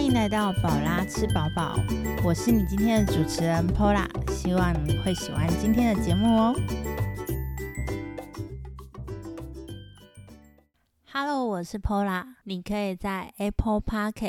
迎来到宝拉吃饱饱，我是你今天的主持人 Pola， 希望你会喜欢今天的节目哦。Hello， 我是 Pola， 你可以在 Apple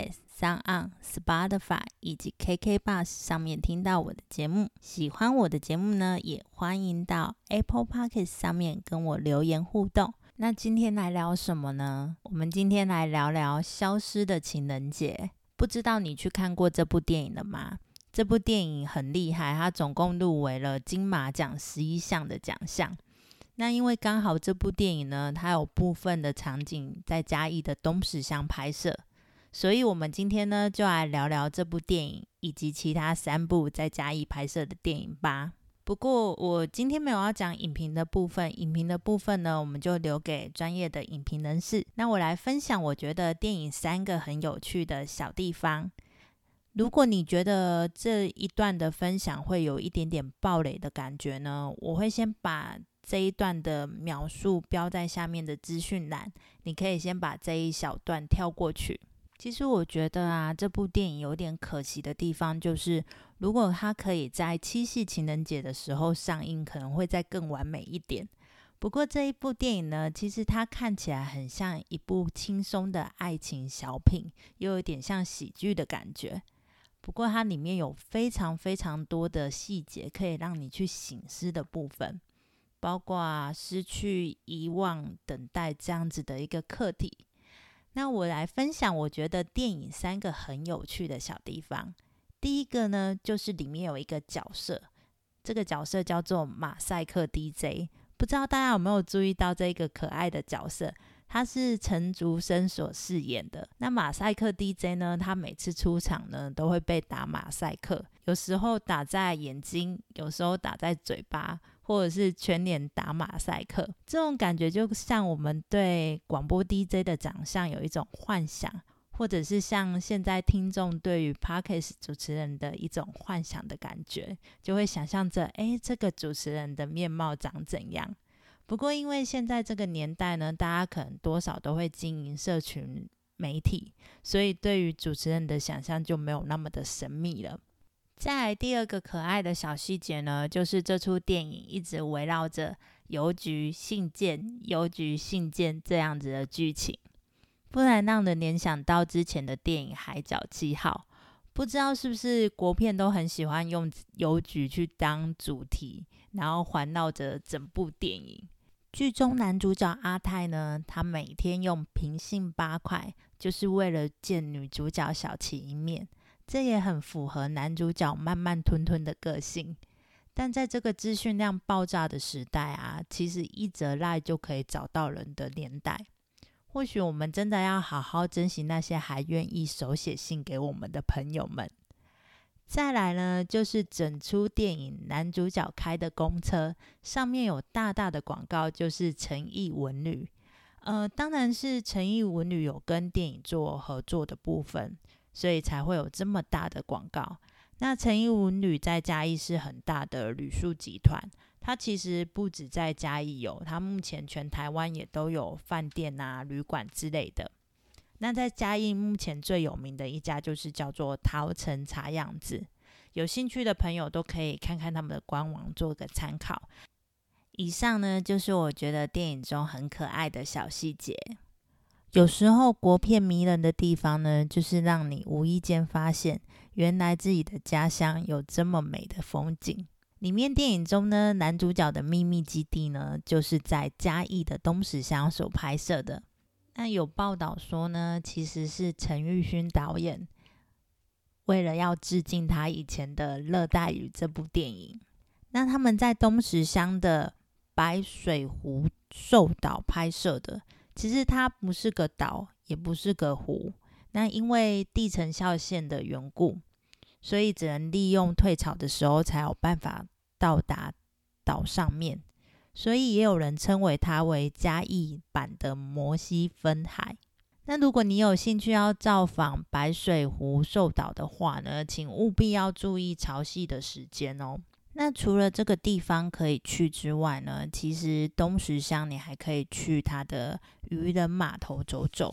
Podcast、SoundOn、Spotify 以及 KKBOX 上面听到我的节目。喜欢我的节目呢，也欢迎到 Apple Podcast 上面跟我留言互动。那今天来聊什么呢？我们今天来聊聊消失的情人节。不知道你去看过这部电影了吗？这部电影很厉害，它总共入围了金马奖11项的奖项。那因为刚好这部电影呢，它有部分的场景在嘉义的东石乡拍摄，所以我们今天呢就来聊聊这部电影以及其他3部在嘉义拍摄的电影吧。不过我今天没有要讲影评的部分，影评的部分呢，我们就留给专业的影评人士。那我来分享我觉得电影3个很有趣的小地方。如果你觉得这一段的分享会有一点点爆雷的感觉呢，我会先把这一段的描述标在下面的资讯栏，你可以先把这一小段跳过去。其实我觉得啊，这部电影有点可惜的地方就是，如果它可以在七夕情人节的时候上映，可能会再更完美一点。不过这一部电影呢，其实它看起来很像一部轻松的爱情小品，又有点像喜剧的感觉。不过它里面有非常非常多的细节可以让你去省思的部分，包括失去、遗忘、等待这样子的一个课题。那我来分享我觉得电影3个很有趣的小地方。第一个呢，就是里面有一个角色，这个角色叫做马赛克 DJ， 不知道大家有没有注意到这个可爱的角色，他是陈竹生所饰演的。那马赛克 DJ 呢，他每次出场呢都会被打马赛克，有时候打在眼睛，有时候打在嘴巴，或者是全脸打马赛克。这种感觉就像我们对广播 DJ 的长相有一种幻想，或者是像现在听众对于 Podcast 主持人的一种幻想的感觉，就会想象着这个主持人的面貌长怎样。不过因为现在这个年代呢，大家可能多少都会经营社群媒体，所以对于主持人的想象就没有那么的神秘了。再来第2个可爱的小细节呢，就是这出电影一直围绕着邮局信件这样子的剧情，不然让人联想到之前的电影《海角七号》。不知道是不是国片都很喜欢用邮局去当主题，然后环绕着整部电影。剧中男主角阿泰呢，他每天用平信8块，就是为了见女主角小琪一面，这也很符合男主角慢慢吞吞的个性。但在这个资讯量爆炸的时代啊，其实一则赖就可以找到人的年代。或许我们真的要好好珍惜那些还愿意手写信给我们的朋友们。再来呢，就是整出电影男主角开的公车上面有大大的广告，就是诚毅文旅。当然是诚毅文旅有跟电影做合作的部分，所以才会有这么大的广告。那诚毅文旅在嘉义是很大的旅宿集团，它其实不止在嘉义有，它目前全台湾也都有饭店啊、旅馆之类的。那在嘉义目前最有名的一家就是叫做桃城茶样子，有兴趣的朋友都可以看看他们的官网做个参考。以上呢，就是我觉得电影中很可爱的小细节。有时候国片迷人的地方呢，就是让你无意间发现原来自己的家乡有这么美的风景。里面电影中呢，男主角的秘密基地呢，就是在嘉义的东石乡所拍摄的。那有报道说呢，其实是陈玉勋导演为了要致敬他以前的《热带雨》这部电影，那他们在东石乡的白水湖寿岛拍摄的。其实它不是个岛，也不是个湖，那因为地层下陷的缘故，所以只能利用退潮的时候才有办法到达岛上面，所以也有人称为它为嘉义版的摩西分海。那如果你有兴趣要造访白水湖寿岛的话呢，请务必要注意潮汐的时间哦。那除了这个地方可以去之外呢，其实东石乡你还可以去它的渔人码头走走。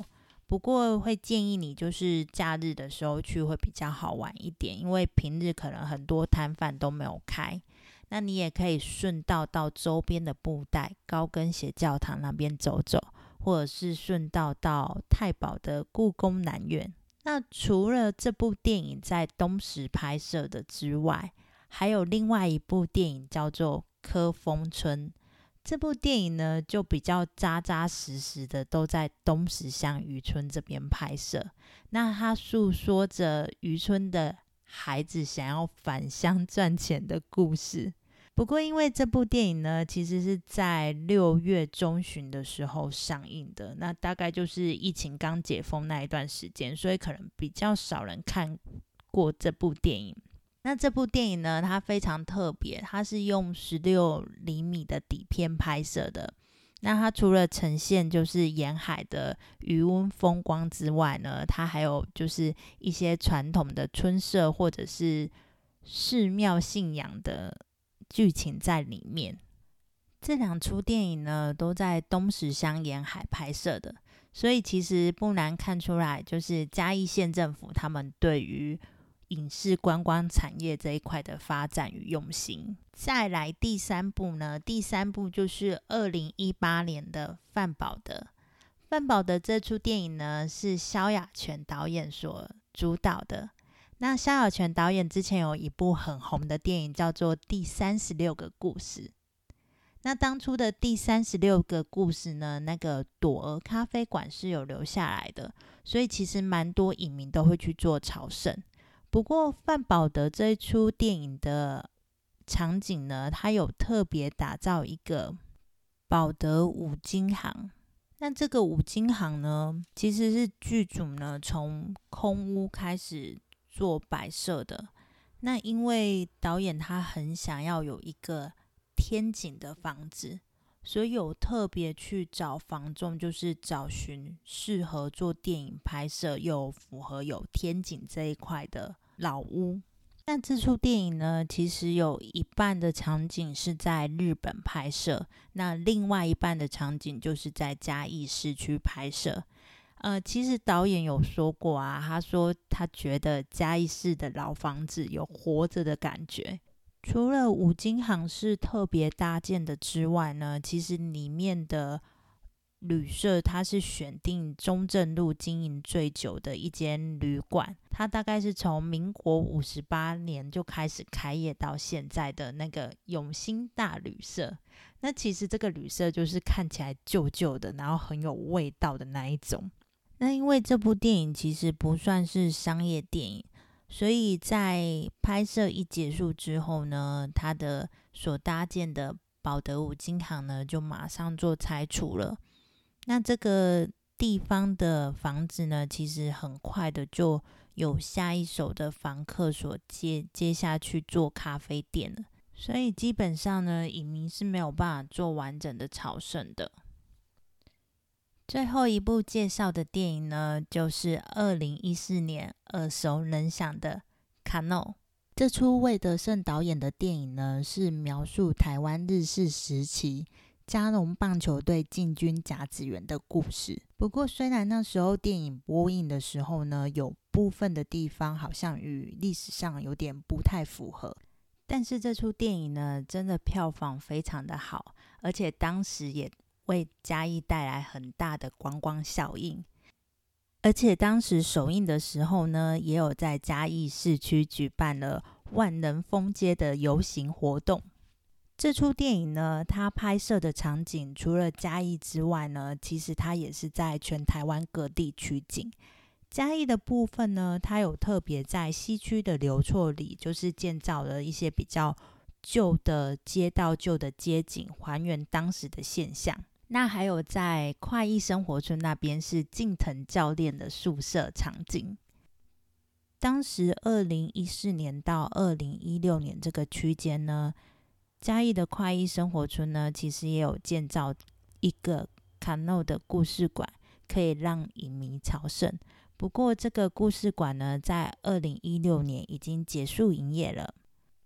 不过会建议你就是假日的时候去会比较好玩一点，因为平日可能很多摊贩都没有开。那你也可以顺道到周边的布袋高跟鞋教堂那边走走，或者是顺道到太保的故宫南院。那除了这部电影在东石拍摄的之外，还有另外一部电影叫做《科峰村》。这部电影呢，就比较扎扎实实的都在东石乡渔村这边拍摄。那它诉说着渔村的孩子想要返乡赚钱的故事。不过因为这部电影呢，其实是在6月中旬的时候上映的，那大概就是疫情刚解封那一段时间，所以可能比较少人看过这部电影。那这部电影呢，它非常特别，它是用16厘米的底片拍摄的。那它除了呈现就是沿海的渔翁风光之外呢，它还有就是一些传统的村社或者是寺庙信仰的剧情在里面。这2出电影呢，都在东石乡沿海拍摄的，所以其实不难看出来，就是嘉义县政府他们对于影视观光产业这一块的发展与用心。再来第3部呢，第3部就是2018年的范宝德。范宝德这出电影呢，是萧亚全导演所主导的。那萧亚全导演之前有一部很红的电影叫做《第36个故事》。那当初的第36个故事呢，那个朵儿咖啡馆是有留下来的，所以其实蛮多影迷都会去做朝圣。不过范宝德这一出电影的场景呢，它有特别打造一个宝德五金行。那这个五金行呢，其实是剧组呢从空屋开始做摆设的。那因为导演他很想要有一个天井的房子，所以有特别去找房仲，就是找寻适合做电影拍摄又符合有天井这一块的老屋。那这出电影呢，其实有一半的场景是在日本拍摄，那另外一半的场景就是在嘉义市区拍摄。其实导演有说过啊，他说他觉得嘉义市的老房子有活着的感觉。除了五金行是特别搭建的之外呢，其实里面的旅社它是选定中正路经营最久的一间旅馆，它大概是从民国58年就开始开业到现在的那个永兴大旅社。那其实这个旅社就是看起来旧旧的，然后很有味道的那一种。那因为这部电影其实不算是商业电影，所以在拍摄一结束之后呢，它的所搭建的宝德五金行呢就马上做拆除了。那这个地方的房子呢，其实很快的就有下一手的房客所接下去做咖啡店了，所以基本上呢，影迷是没有办法做完整的朝圣的。最后一部介绍的电影呢，就是2014年耳熟能详的《卡诺》。这出魏德胜导演的电影呢，是描述台湾日治时期嘉农棒球队进军甲子园的故事。不过虽然那时候电影播映的时候呢，有部分的地方好像与历史上有点不太符合，但是这出电影呢，真的票房非常的好，而且当时也为嘉义带来很大的观光效应。而且当时首映的时候呢，也有在嘉义市区举办了万人封街的游行活动。这出电影呢，它拍摄的场景除了嘉义之外呢，其实它也是在全台湾各地取景。嘉义的部分呢，它有特别在西区的刘厝里，就是建造了一些比较旧的街道、旧的街景，还原当时的现象。那还有在快意生活村那边是近藤教练的宿舍场景。当时2014年到2016年这个区间呢，嘉义的快意生活村呢，其实也有建造一个卡诺的故事馆，可以让影迷朝圣。不过这个故事馆呢，在2016年已经结束营业了。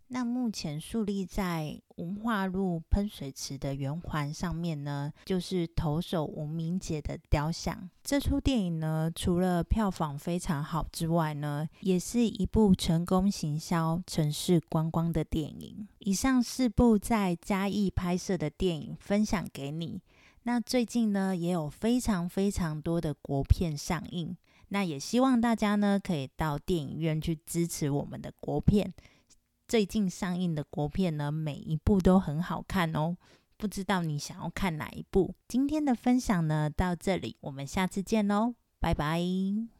那目前树立在文化路喷水池的圆环上面呢，就是投手吴明杰的雕像。这出电影呢，除了票房非常好之外呢，也是一部成功行销城市观光的电影。以上4部在嘉义拍摄的电影分享给你。那最近呢，也有非常非常多的国片上映，那也希望大家呢，可以到电影院去支持我们的国片。最近上映的国片呢，每一部都很好看哦，不知道你想要看哪一部？今天的分享呢，到这里，我们下次见喽，拜拜。